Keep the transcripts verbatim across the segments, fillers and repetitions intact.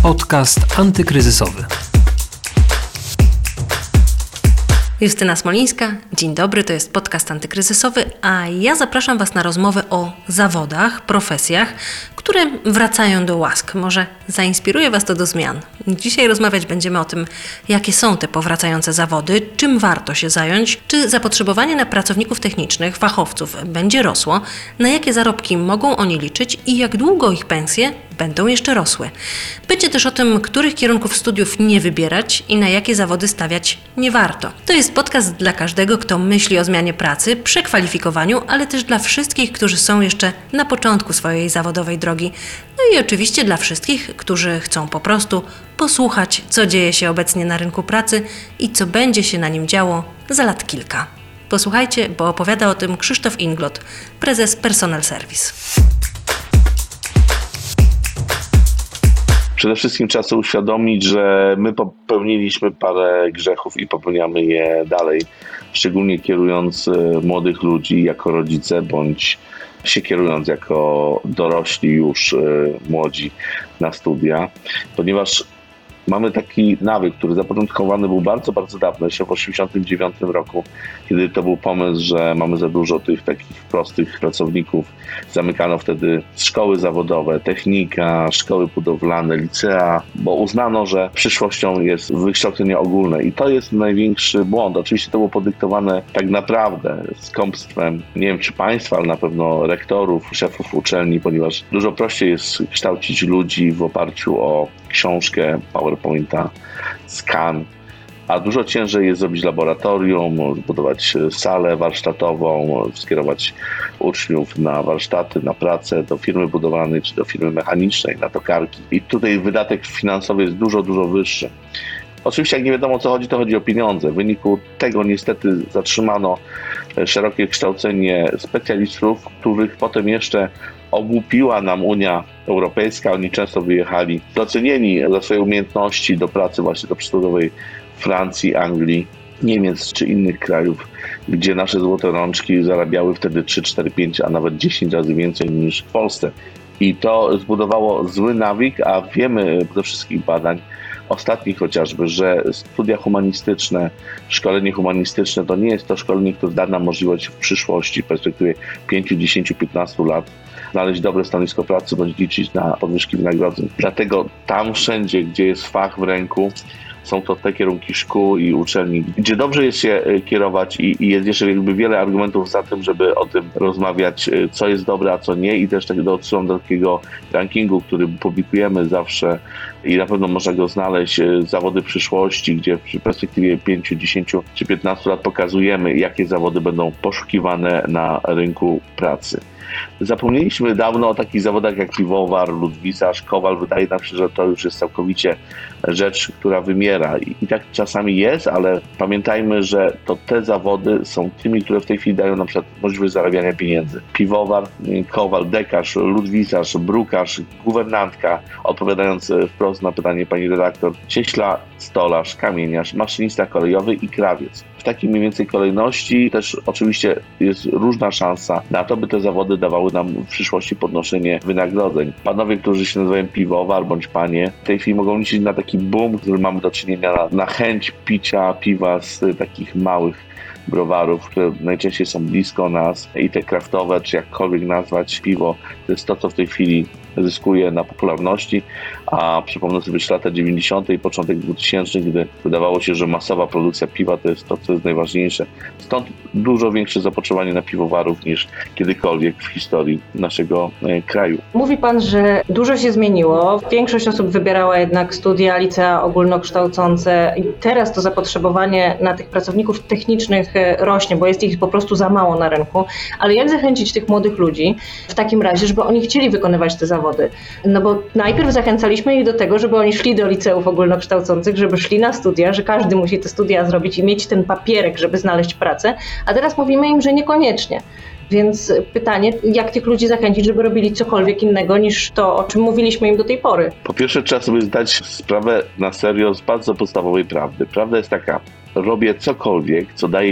Podcast antykryzysowy. Justyna Smolińska, dzień dobry, to jest podcast antykryzysowy, a ja zapraszam Was na rozmowę o zawodach, profesjach, które wracają do łask. Może zainspiruje Was to do zmian. Dzisiaj rozmawiać będziemy o tym, jakie są te powracające zawody, czym warto się zająć, czy zapotrzebowanie na pracowników technicznych, fachowców będzie rosło, na jakie zarobki mogą oni liczyć i jak długo ich pensje będą jeszcze rosły. Będzie też o tym, których kierunków studiów nie wybierać i na jakie zawody stawiać nie warto. To jest podcast dla każdego, kto myśli o zmianie pracy, przekwalifikowaniu, ale też dla wszystkich, którzy są jeszcze na początku swojej zawodowej drogi. No i oczywiście dla wszystkich, którzy chcą po prostu posłuchać, co dzieje się obecnie na rynku pracy i co będzie się na nim działo za lat kilka. Posłuchajcie, bo opowiada o tym Krzysztof Inglot, prezes Personal Service. Przede wszystkim trzeba sobie uświadomić, że my popełniliśmy parę grzechów i popełniamy je dalej, szczególnie kierując młodych ludzi jako rodzice, bądź się kierując jako dorośli już młodzi na studia, ponieważ mamy taki nawyk, który zapoczątkowany był bardzo, bardzo dawno, jeszcze w osiemdziesiątym dziewiątym roku, kiedy to był pomysł, że mamy za dużo tych takich prostych pracowników. Zamykano wtedy szkoły zawodowe, technika, szkoły budowlane, licea, bo uznano, że przyszłością jest wykształcenie ogólne i to jest największy błąd. Oczywiście to było podyktowane tak naprawdę skąpstwem, nie wiem czy państwa, ale na pewno rektorów, szefów uczelni, ponieważ dużo prościej jest kształcić ludzi w oparciu o książkę, PowerPointa, skan, a dużo ciężej jest zrobić laboratorium, zbudować salę warsztatową, skierować uczniów na warsztaty, na pracę do firmy budowlanej czy do firmy mechanicznej, na tokarki. I tutaj wydatek finansowy jest dużo, dużo wyższy. Oczywiście jak nie wiadomo o co chodzi, to chodzi o pieniądze. W wyniku tego niestety zatrzymano szerokie kształcenie specjalistów, których potem jeszcze ogłupiła nam Unia Europejska. Oni często wyjechali docenieni za swoje umiejętności do pracy właśnie do przysłowiowej Francji, Anglii, Niemiec czy innych krajów, gdzie nasze złote rączki zarabiały wtedy trzy, cztery, pięć, a nawet dziesięć razy więcej niż w Polsce. I to zbudowało zły nawyk, a wiemy ze wszystkich badań, ostatnich chociażby, że studia humanistyczne, szkolenie humanistyczne to nie jest to szkolenie, które da nam możliwość w przyszłości, w perspektywie pięć, dziesięć, piętnaście lat znaleźć dobre stanowisko pracy, bądź liczyć na podwyżki wynagrodzeń. Dlatego tam wszędzie, gdzie jest fach w ręku, są to te kierunki szkół i uczelni, gdzie dobrze jest się kierować i, i jest jeszcze jakby wiele argumentów za tym, żeby o tym rozmawiać, co jest dobre, a co nie, i też tak do, do takiego rankingu, który publikujemy zawsze i na pewno można go znaleźć, zawody przyszłości, gdzie w perspektywie pięć, dziesięć czy piętnaście lat pokazujemy, jakie zawody będą poszukiwane na rynku pracy. Zapomnieliśmy dawno o takich zawodach jak piwowar, ludwisarz, kowal. Wydaje nam się, że to już jest całkowicie rzecz, która wymiera. I, i tak czasami jest, ale pamiętajmy, że to te zawody są tymi, które w tej chwili dają na przykład możliwość zarabiania pieniędzy. Piwowar, kowal, dekarz, ludwisarz, brukarz, guwernantka, odpowiadając wprost na pytanie pani redaktor, cieśla, stolarz, kamieniarz, maszynista kolejowy i krawiec. W takiej mniej więcej kolejności też oczywiście jest różna szansa na to, by te zawody dawały nam w przyszłości podnoszenie wynagrodzeń. Panowie, którzy się nazywają piwowar bądź panie, w tej chwili mogą liczyć na taki boom, który mamy do czynienia, na, na chęć picia piwa z takich małych browarów, które najczęściej są blisko nas, i te kraftowe, czy jakkolwiek nazwać piwo, to jest to, co w tej chwili zyskuje na popularności, a przypomnę sobie lata dziewięćdziesiąte i początek dwutysięcznych, gdy wydawało się, że masowa produkcja piwa to jest to, co jest najważniejsze. Stąd dużo większe zapotrzebowanie na piwowarów niż kiedykolwiek w historii naszego e, kraju. Mówi Pan, że dużo się zmieniło. Większość osób wybierała jednak studia, licea ogólnokształcące i teraz to zapotrzebowanie na tych pracowników technicznych rośnie, bo jest ich po prostu za mało na rynku. Ale jak zachęcić tych młodych ludzi w takim razie, żeby oni chcieli wykonywać te zawody? No bo najpierw zachęcaliśmy ich do tego, żeby oni szli do liceów ogólnokształcących, żeby szli na studia, że każdy musi te studia zrobić i mieć ten papierek, żeby znaleźć pracę, a teraz mówimy im, że niekoniecznie. Więc pytanie, jak tych ludzi zachęcić, żeby robili cokolwiek innego niż to, o czym mówiliśmy im do tej pory? Po pierwsze, trzeba sobie zdać sprawę na serio z bardzo podstawowej prawdy. Prawda jest taka: robię cokolwiek, co daje mi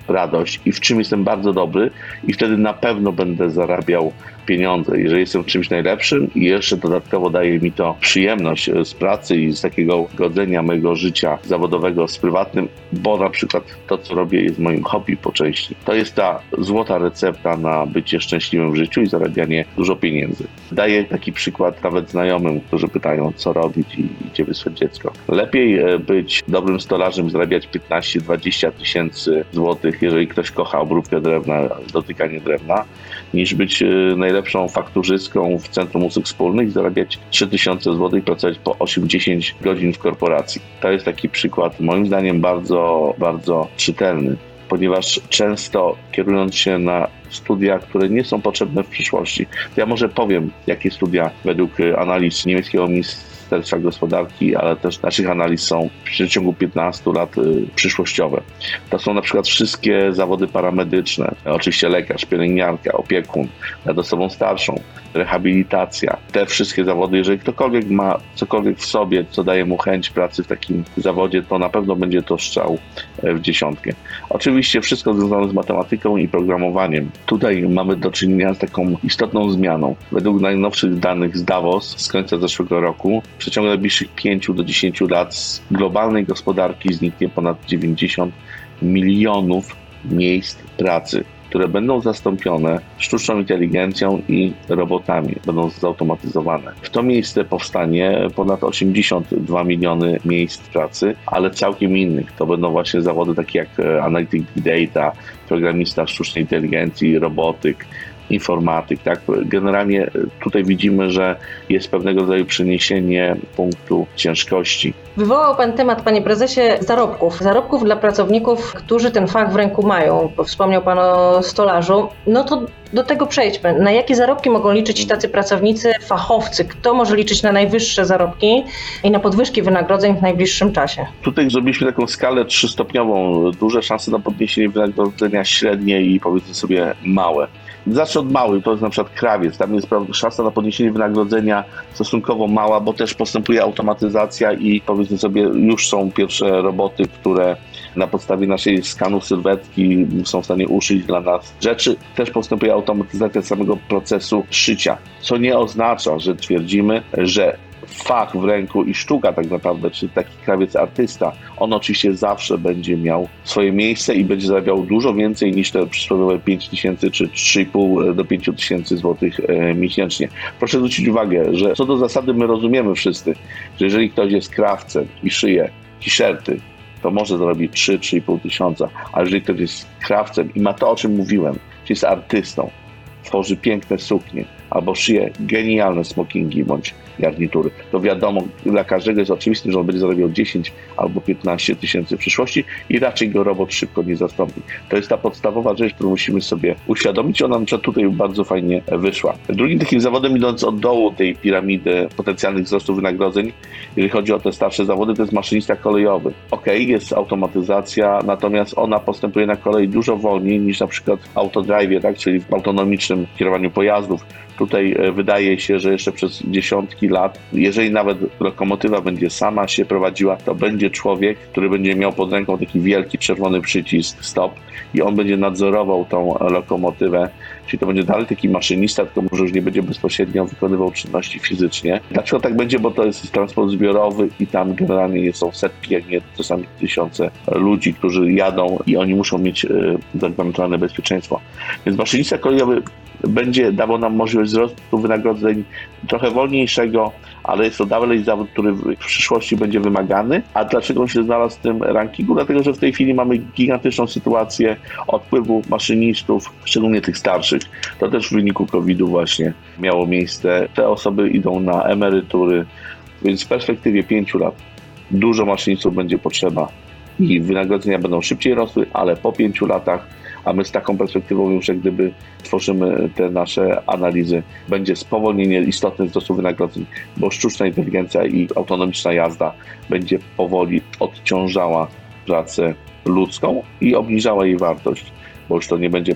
radość i w czym jestem bardzo dobry i wtedy na pewno będę zarabiał pieniądze. Jeżeli jestem w czymś najlepszym i jeszcze dodatkowo daje mi to przyjemność z pracy i z takiego godzenia mojego życia zawodowego z prywatnym, bo na przykład to, co robię, jest moim hobby po części. To jest ta złota recepta na bycie szczęśliwym w życiu i zarabianie dużo pieniędzy. Daję taki przykład nawet znajomym, którzy pytają, co robić i gdzie wysłać dziecko. Lepiej być dobrym stolarzem, zarabiać piętnaście dwadzieścia tysięcy złotych, jeżeli ktoś kocha obróbkę drewna, dotykanie drewna, niż być najlepszą fakturzystką w Centrum Usług Wspólnych i zarabiać trzy tysiące złotych i pracować po osiem dziesięć godzin w korporacji. To jest taki przykład moim zdaniem bardzo, bardzo czytelny, ponieważ często kierując się na studia, które nie są potrzebne w przyszłości, to ja może powiem, jakie studia według analiz niemieckiego Ministerstwa Gospodarki, ale też naszych analiz są w przeciągu piętnastu lat y, przyszłościowe. To są na przykład wszystkie zawody paramedyczne, oczywiście lekarz, pielęgniarka, opiekun, nad osobą starszą, rehabilitacja. Te wszystkie zawody, jeżeli ktokolwiek ma cokolwiek w sobie, co daje mu chęć pracy w takim zawodzie, to na pewno będzie to strzał w dziesiątkę. Oczywiście wszystko związane z matematyką i programowaniem. Tutaj mamy do czynienia z taką istotną zmianą. Według najnowszych danych z Davos z końca zeszłego roku, w przeciągu najbliższych pięciu do dziesięciu lat z globalnej gospodarki zniknie ponad dziewięćdziesiąt milionów miejsc pracy, które będą zastąpione sztuczną inteligencją i robotami, będą zautomatyzowane. W to miejsce powstanie ponad osiemdziesiąt dwa miliony miejsc pracy, ale całkiem innych. To będą właśnie zawody takie jak analityk big data, programista sztucznej inteligencji, robotyk, informatyk. Tak? Generalnie tutaj widzimy, że jest pewnego rodzaju przeniesienie punktu ciężkości. Wywołał Pan temat, Panie Prezesie, zarobków. Zarobków dla pracowników, którzy ten fach w ręku mają. Wspomniał Pan o stolarzu. No to do tego przejdźmy. Na jakie zarobki mogą liczyć tacy pracownicy, fachowcy? Kto może liczyć na najwyższe zarobki i na podwyżki wynagrodzeń w najbliższym czasie? Tutaj zrobiliśmy taką skalę trzystopniową. Duże szanse na podniesienie wynagrodzenia, średnie i powiedzmy sobie małe. Zacznę od małych, to jest na przykład krawiec. Tam jest szansa na podniesienie wynagrodzenia stosunkowo mała, bo też postępuje automatyzacja i powiedzmy sobie, już są pierwsze roboty, które na podstawie naszej skanu sylwetki są w stanie uszyć dla nas rzeczy. Też postępuje automatyzacja samego procesu szycia, co nie oznacza, że twierdzimy, że fach w ręku i sztuka tak naprawdę, czy taki krawiec artysta, on oczywiście zawsze będzie miał swoje miejsce i będzie zarabiał dużo więcej niż te przysłowiowe pięć tysięcy czy trzy i pół do pięciu tysięcy złotych e, miesięcznie. Proszę zwrócić uwagę, że co do zasady my rozumiemy wszyscy, że jeżeli ktoś jest krawcem i szyje t-shirty, to może zarobić trzy do trzech i pół tysiąca, ale jeżeli ktoś jest krawcem i ma to, o czym mówiłem, czyli jest artystą, tworzy piękne suknie albo szyje genialne smokingi bądź garnitury, to wiadomo, dla każdego jest oczywiste, że on będzie zarabiał dziesięć albo piętnaście tysięcy w przyszłości i raczej go robot szybko nie zastąpi. To jest ta podstawowa rzecz, którą musimy sobie uświadomić. Ona na przykład tutaj bardzo fajnie wyszła. Drugim takim zawodem, idąc od dołu tej piramidy potencjalnych wzrostów wynagrodzeń, jeżeli chodzi o te starsze zawody, to jest maszynista kolejowy. Okej, okay, jest automatyzacja, natomiast ona postępuje na kolei dużo wolniej niż na przykład w autodrive, tak, czyli w autonomicznym kierowaniu pojazdów. Tutaj wydaje się, że jeszcze przez dziesiątki lat, jeżeli nawet lokomotywa będzie sama się prowadziła, to będzie człowiek, który będzie miał pod ręką taki wielki czerwony przycisk stop i on będzie nadzorował tą lokomotywę, czyli to będzie dalej taki maszynista, tylko może już nie będzie bezpośrednio wykonywał czynności fizycznie. Dlaczego tak będzie? Bo to jest transport zbiorowy i tam generalnie są setki, jak nie czasami tysiące ludzi, którzy jadą i oni muszą mieć zagwarantowane bezpieczeństwo. Więc maszynista kolejowy będzie dawał nam możliwość wzrostu wynagrodzeń trochę wolniejszego, ale jest to dalej zawód, który w przyszłości będzie wymagany. A dlaczego on się znalazł w tym rankingu? Dlatego, że w tej chwili mamy gigantyczną sytuację odpływu maszynistów, szczególnie tych starszych. To też w wyniku kowida właśnie miało miejsce. Te osoby idą na emerytury, więc w perspektywie pięciu lat dużo maszynistów będzie potrzeba i wynagrodzenia będą szybciej rosły, ale po pięciu latach, a my z taką perspektywą już jak gdyby tworzymy te nasze analizy, będzie spowolnienie istotnych wzrostu wynagrodzeń, bo sztuczna inteligencja i autonomiczna jazda będzie powoli odciążała pracę ludzką i obniżała jej wartość, bo już to nie będzie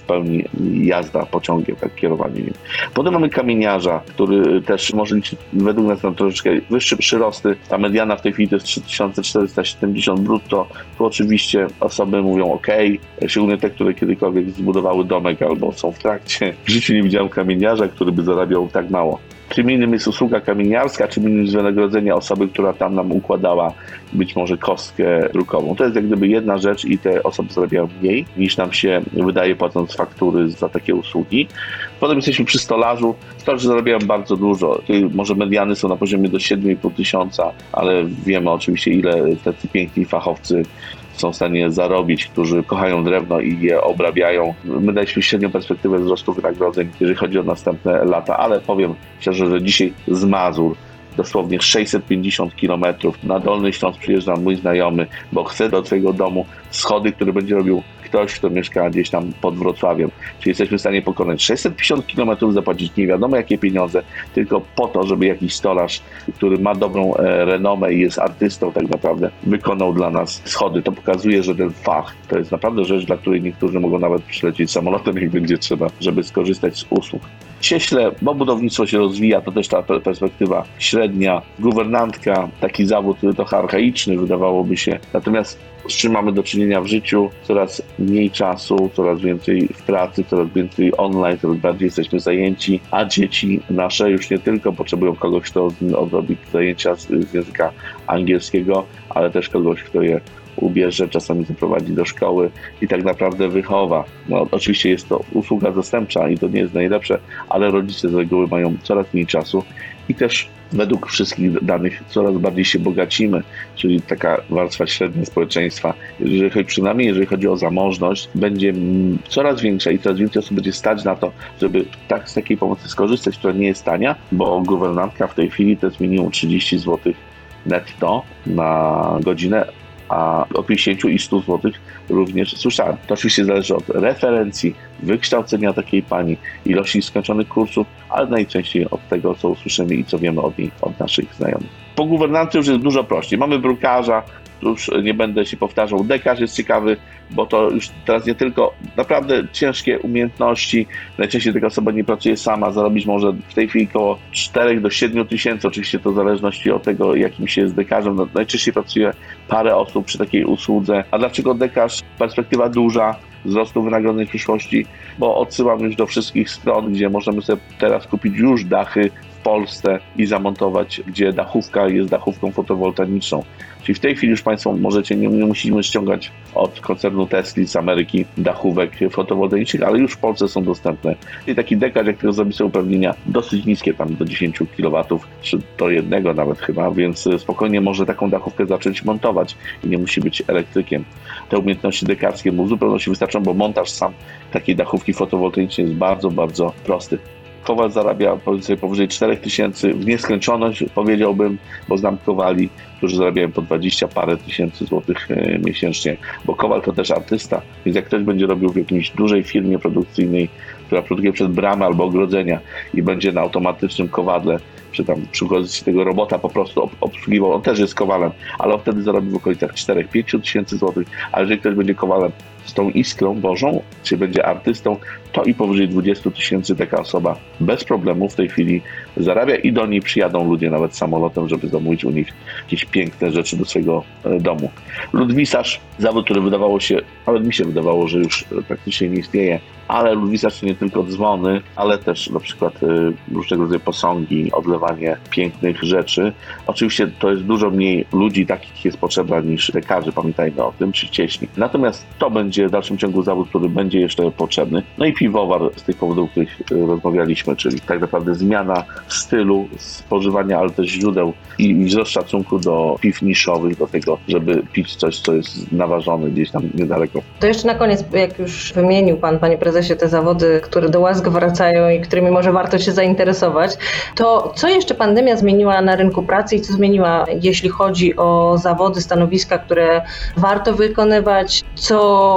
w pełni jazda pociągiem, tak, kierowanie nim. Potem mamy kamieniarza, który też może liczyć według nas na troszeczkę wyższe przyrosty. Ta mediana w tej chwili to jest trzy tysiące czterysta siedemdziesiąt brutto. Tu oczywiście osoby mówią ok, szczególnie te, które kiedykolwiek zbudowały domek albo są w trakcie. W życiu nie widziałem kamieniarza, który by zarabiał tak mało. Czym innym jest usługa kamieniarska, czym innym jest wynagrodzenie osoby, która tam nam układała być może kostkę drukową. To jest jak gdyby jedna rzecz i te osoby zarabiają mniej niż nam się wydaje, płacąc faktury za takie usługi. Potem jesteśmy przy stolarzu. Stolarzy zarabiają bardzo dużo. Tutaj może mediany są na poziomie do siedem i pół tysiąca, ale wiemy oczywiście, ile tacy piękni fachowcy są w stanie zarobić, którzy kochają drewno i je obrabiają. My daliśmy średnią perspektywę wzrostu wynagrodzeń, jeżeli chodzi o następne lata, ale powiem szczerze, że dzisiaj z Mazur dosłownie sześćset pięćdziesiąt kilometrów na Dolny Śląsk przyjeżdża mój znajomy, bo chce do twojego domu schody, które będzie robił ktoś, kto mieszka gdzieś tam pod Wrocławiem. Czyli jesteśmy w stanie pokonać sześćset pięćdziesiąt kilometrów, zapłacić nie wiadomo jakie pieniądze, tylko po to, żeby jakiś stolarz, który ma dobrą e, renomę i jest artystą tak naprawdę, wykonał dla nas schody. To pokazuje, że ten fach to jest naprawdę rzecz, dla której niektórzy mogą nawet przylecieć samolotem, jak będzie trzeba, żeby skorzystać z usług. Cieśle, bo budownictwo się rozwija, to też ta perspektywa średnia. Guwernantka, taki zawód trochę archaiczny wydawałoby się, natomiast z czym mamy do czynienia w życiu? Coraz mniej czasu, coraz więcej w pracy, coraz więcej online, coraz bardziej jesteśmy zajęci, a dzieci nasze już nie tylko potrzebują kogoś, kto odrobi zajęcia z, z języka angielskiego, ale też kogoś, kto je ubierze, czasami zaprowadzi do szkoły i tak naprawdę wychowa. No, oczywiście jest to usługa zastępcza i to nie jest najlepsze, ale rodzice z reguły mają coraz mniej czasu i też według wszystkich danych coraz bardziej się bogacimy, czyli taka warstwa średnia społeczeństwa, jeżeli chodzi, przynajmniej jeżeli chodzi o zamożność, będzie coraz większa i coraz więcej osób będzie stać na to, żeby tak z takiej pomocy skorzystać, która nie jest tania, bo guwernantka w tej chwili to jest minimum trzydzieści złotych netto na godzinę, a o pięćdziesiąt i sto złotych również słyszałem. To oczywiście zależy od referencji, wykształcenia takiej pani, ilości skończonych kursów, ale najczęściej od tego, co usłyszymy i co wiemy od niej, od naszych znajomych. Po guwernancie już jest dużo prościej. Mamy brukarza, już nie będę się powtarzał, dekarz jest ciekawy, bo to już teraz nie tylko naprawdę ciężkie umiejętności, najczęściej taka osoba nie pracuje sama, zarobić może w tej chwili około czterech do siedmiu tysięcy, oczywiście to w zależności od tego, jakim się jest dekarzem. No, najczęściej pracuje parę osób przy takiej usłudze. A dlaczego dekarz? Perspektywa duża wzrostu wynagrodzeń w przyszłości, bo odsyłam już do wszystkich stron, gdzie możemy sobie teraz kupić już dachy w Polsce i zamontować, gdzie dachówka jest dachówką fotowoltaiczną. Czyli w tej chwili już Państwo możecie, nie, nie musimy ściągać od koncernu Tesla z Ameryki dachówek fotowoltaicznych, ale już w Polsce są dostępne. I taki dekarz, jak tylko zrobi sobie uprawnienia dosyć niskie, tam do dziesięć kilowatów, czy do jednego nawet chyba, więc spokojnie może taką dachówkę zacząć montować i nie musi być elektrykiem. Te umiejętności dekarskie mu w zupełności wystarczą, bo montaż sam takiej dachówki fotowoltaicznej jest bardzo, bardzo prosty. Kowal zarabia powiedzmy powyżej czterech tysięcy w nieskończoność, powiedziałbym, bo znam kowali, którzy zarabiają po dwadzieścia parę tysięcy złotych e, miesięcznie, bo kowal to też artysta, więc jak ktoś będzie robił w jakiejś dużej firmie produkcyjnej, która produkuje przed bramę albo ogrodzenia i będzie na automatycznym kowadle, czy tam przy użyciu tego robota po prostu obsługiwał, on też jest kowalem, ale on wtedy zarobi w okolicach cztery do pięciu tysięcy złotych, a jeżeli ktoś będzie kowalem z tą iskrą Bożą, czy będzie artystą, to i powyżej dwadzieścia tysięcy taka osoba bez problemu w tej chwili zarabia i do niej przyjadą ludzie nawet samolotem, żeby zamówić u nich jakieś piękne rzeczy do swojego domu. Ludwisarz, zawód, który wydawało się, nawet mi się wydawało, że już praktycznie nie istnieje, ale ludwisarz to nie tylko dzwony, ale też na przykład różnego rodzaju posągi, odlewanie pięknych rzeczy. Oczywiście to jest dużo mniej ludzi takich jest potrzebna niż lekarzy, pamiętajmy o tym, czy cieśli. Natomiast to będzie w dalszym ciągu zawód, który będzie jeszcze potrzebny. No i piwowar z tych powodów, o których rozmawialiśmy, czyli tak naprawdę zmiana stylu spożywania, ale też źródeł i wzrost szacunku do piw niszowych, do tego, żeby pić coś, co jest naważone gdzieś tam niedaleko. To jeszcze na koniec, jak już wymienił Pan, Panie Prezesie, te zawody, które do łask wracają i którymi może warto się zainteresować, to co jeszcze pandemia zmieniła na rynku pracy i co zmieniła, jeśli chodzi o zawody, stanowiska, które warto wykonywać, co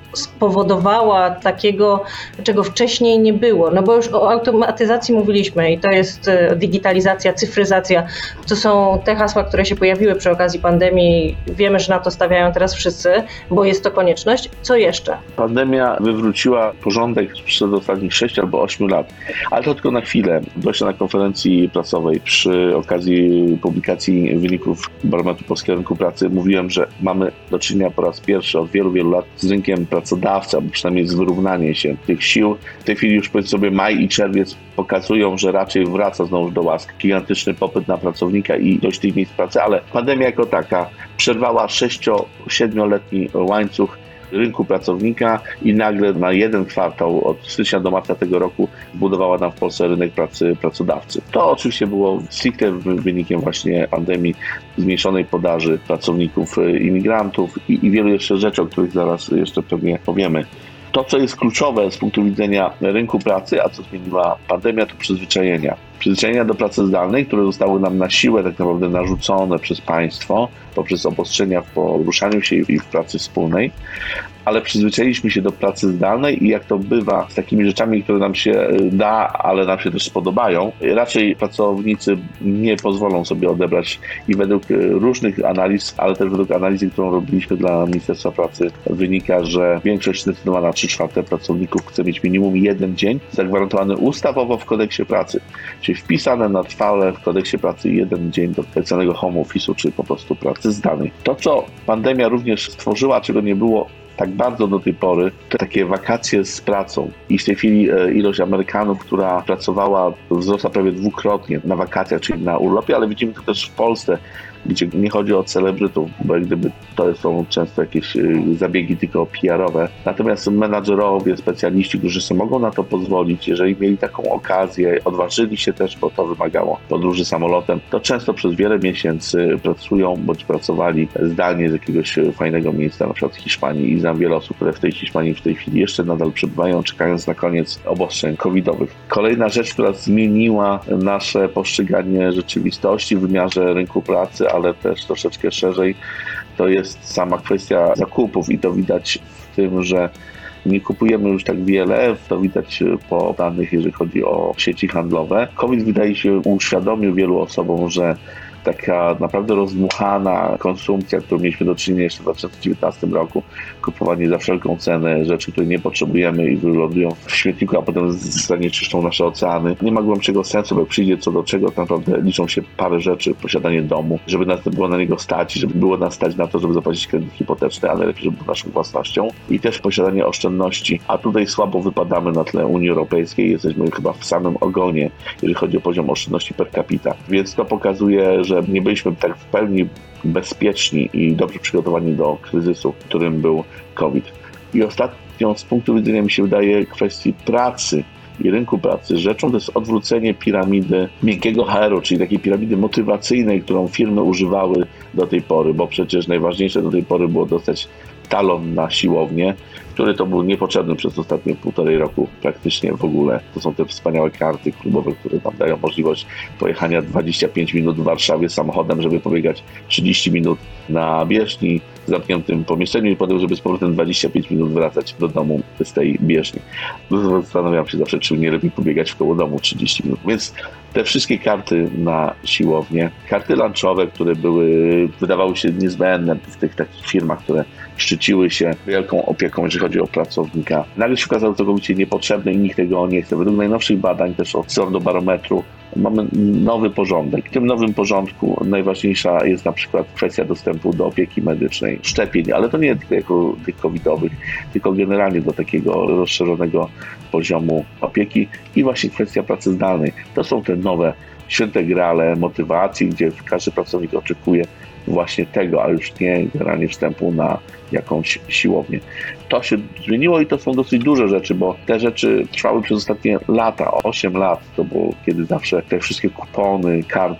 spowodowała takiego, czego wcześniej nie było. No bo już o automatyzacji mówiliśmy i to jest digitalizacja, cyfryzacja. To są te hasła, które się pojawiły przy okazji pandemii. Wiemy, że na to stawiają teraz wszyscy, bo jest to konieczność. Co jeszcze? Pandemia wywróciła porządek przez ostatnich sześć albo osiem lat, ale to tylko na chwilę. Właśnie na konferencji prasowej przy okazji publikacji wyników Barometru Polskiego Rynku Pracy mówiłem, że mamy do czynienia po raz pierwszy od wielu, wielu lat z rynkiem pracodawcy, albo przynajmniej z wyrównaniem się tych sił. W tej chwili już powiedzmy sobie maj i czerwiec pokazują, że raczej wraca znowu do łask gigantyczny popyt na pracownika i ilość tych miejsc pracy, ale pandemia jako taka przerwała sześcio-siedmioletni łańcuch rynku pracownika i nagle na jeden kwartał od stycznia do marca tego roku zbudowała nam w Polsce rynek pracy pracodawcy. To oczywiście było stricte wynikiem właśnie pandemii, zmniejszonej podaży pracowników, imigrantów i, i wielu jeszcze rzeczy, o których zaraz jeszcze pewnie powiemy. To, co jest kluczowe z punktu widzenia rynku pracy, a co zmieniła pandemia, to przyzwyczajenia. Przyzwyczajenia do pracy zdalnej, które zostały nam na siłę tak naprawdę narzucone przez państwo poprzez obostrzenia w poruszaniu się i w pracy wspólnej, ale przyzwyczailiśmy się do pracy zdalnej i jak to bywa z takimi rzeczami, które nam się da, ale nam się też spodobają, raczej pracownicy nie pozwolą sobie odebrać i według różnych analiz, ale też według analizy, którą robiliśmy dla Ministerstwa Pracy, wynika, że większość, zdecydowana trzy czwarte pracowników chce mieć minimum jeden dzień zagwarantowany ustawowo w kodeksie pracy, czyli wpisane na trwale w kodeksie pracy jeden dzień do tak zwanego home office'u, czyli po prostu pracy zdalnej. To, co pandemia również stworzyła, czego nie było tak bardzo do tej pory, to takie wakacje z pracą. I w tej chwili ilość Amerykanów, która pracowała, wzrosła prawie dwukrotnie na wakacjach, czyli na urlopie, ale widzimy to też w Polsce, gdzie nie chodzi o celebrytów, bo jak gdyby to są często jakieś zabiegi tylko P R-owe. Natomiast menadżerowie, specjaliści, którzy sobie mogą na to pozwolić, jeżeli mieli taką okazję, odważyli się też, bo to wymagało podróży samolotem, to często przez wiele miesięcy pracują bądź pracowali zdalnie z jakiegoś fajnego miejsca, na przykład w Hiszpanii, i znam wiele osób, które w tej Hiszpanii w tej chwili jeszcze nadal przebywają, czekając na koniec obostrzeń covidowych. Kolejna rzecz, która zmieniła nasze postrzeganie rzeczywistości w wymiarze rynku pracy, ale też troszeczkę szerzej, to jest sama kwestia zakupów i to widać w tym, że nie kupujemy już tak wiele, to widać po danych, jeżeli chodzi o sieci handlowe. COVID, wydaje się, uświadomił wielu osobom, że taka naprawdę rozdmuchana konsumpcja, którą mieliśmy do czynienia jeszcze w dwa tysiące dziewiętnastym roku, kupowanie za wszelką cenę rzeczy, które nie potrzebujemy i wylądują w śmietniku, a potem zanieczyszczą nasze oceany. Nie ma głębszego sensu, bo jak przyjdzie co do czego, tak naprawdę liczą się parę rzeczy, posiadanie domu, żeby nas było na niego stać, żeby było nas stać na to, żeby zapłacić kredyt hipoteczny, ale lepiej, żeby był naszą własnością, i też posiadanie oszczędności, a tutaj słabo wypadamy na tle Unii Europejskiej, jesteśmy chyba w samym ogonie, jeżeli chodzi o poziom oszczędności per capita, więc to pokazuje, że nie byliśmy tak w pełni bezpieczni i dobrze przygotowani do kryzysu, którym był COVID. I ostatnią z punktu widzenia, mi się wydaje, kwestii pracy i rynku pracy rzeczą to jest odwrócenie piramidy miękkiego H R-u, czyli takiej piramidy motywacyjnej, którą firmy używały do tej pory, bo przecież najważniejsze do tej pory było dostać talon na siłownię, który to był niepotrzebny przez ostatnie półtorej roku praktycznie w ogóle. To są te wspaniałe karty klubowe, które nam dają możliwość pojechania dwadzieścia pięć minut w Warszawie samochodem, żeby pobiegać trzydzieści minut na bieżni w zamkniętym pomieszczeniu i potem, żeby z powrotem dwadzieścia pięć minut wracać do domu z tej bieżni. Zastanawiam się zawsze, czy nie lepiej pobiegać w koło domu trzydzieści minut. Więc te wszystkie karty na siłownię, karty lunchowe, które były, wydawały się niezbędne w tych takich firmach, które szczyciły się wielką opieką, jeżeli chodzi o pracownika, nagle się okazały całkowicie niepotrzebne i nikt tego nie chce. Według najnowszych badań też od strony Barometru mamy nowy porządek. W tym nowym porządku najważniejsza jest na przykład kwestia dostępu do opieki medycznej, szczepień, ale to nie tylko jako tych covidowych, tylko generalnie do takiego rozszerzonego poziomu opieki i właśnie kwestia pracy zdalnej. To są te nowe święte grale motywacji, gdzie każdy pracownik oczekuje właśnie tego, a już nie generalnie wstępu na jakąś siłownię. To się zmieniło i to są dosyć duże rzeczy, bo te rzeczy trwały przez ostatnie lata, osiem lat, to było kiedy zawsze te wszystkie kupony, karty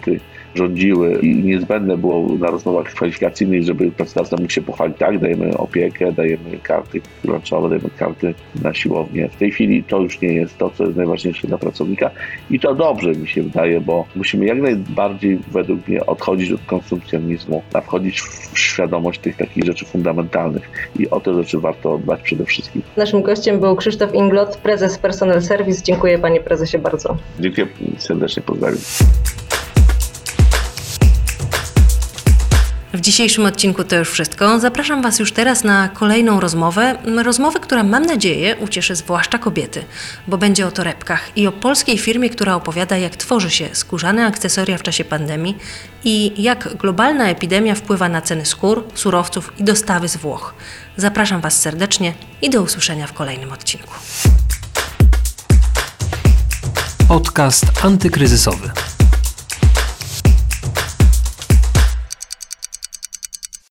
rządziły i niezbędne było na rozmowach kwalifikacyjnych, żeby pracodawca mógł się pochwalić, tak, dajemy opiekę, dajemy karty lunchowe, dajemy karty na siłownię. W tej chwili to już nie jest to, co jest najważniejsze dla pracownika i to dobrze mi się wydaje, bo musimy jak najbardziej według mnie odchodzić od konsumpcjonizmu, a wchodzić w świadomość tych takich rzeczy fundamentalnych i o te rzeczy warto dbać przede wszystkim. Naszym gościem był Krzysztof Inglot, prezes Personal Service. Dziękuję panie prezesie bardzo. Dziękuję serdecznie, pozdrawiam. W dzisiejszym odcinku to już wszystko. Zapraszam Was już teraz na kolejną rozmowę. Rozmowę, która mam nadzieję ucieszy zwłaszcza kobiety, bo będzie o torebkach i o polskiej firmie, która opowiada, jak tworzy się skórzane akcesoria w czasie pandemii i jak globalna epidemia wpływa na ceny skór, surowców i dostawy z Włoch. Zapraszam Was serdecznie i do usłyszenia w kolejnym odcinku. Podcast antykryzysowy.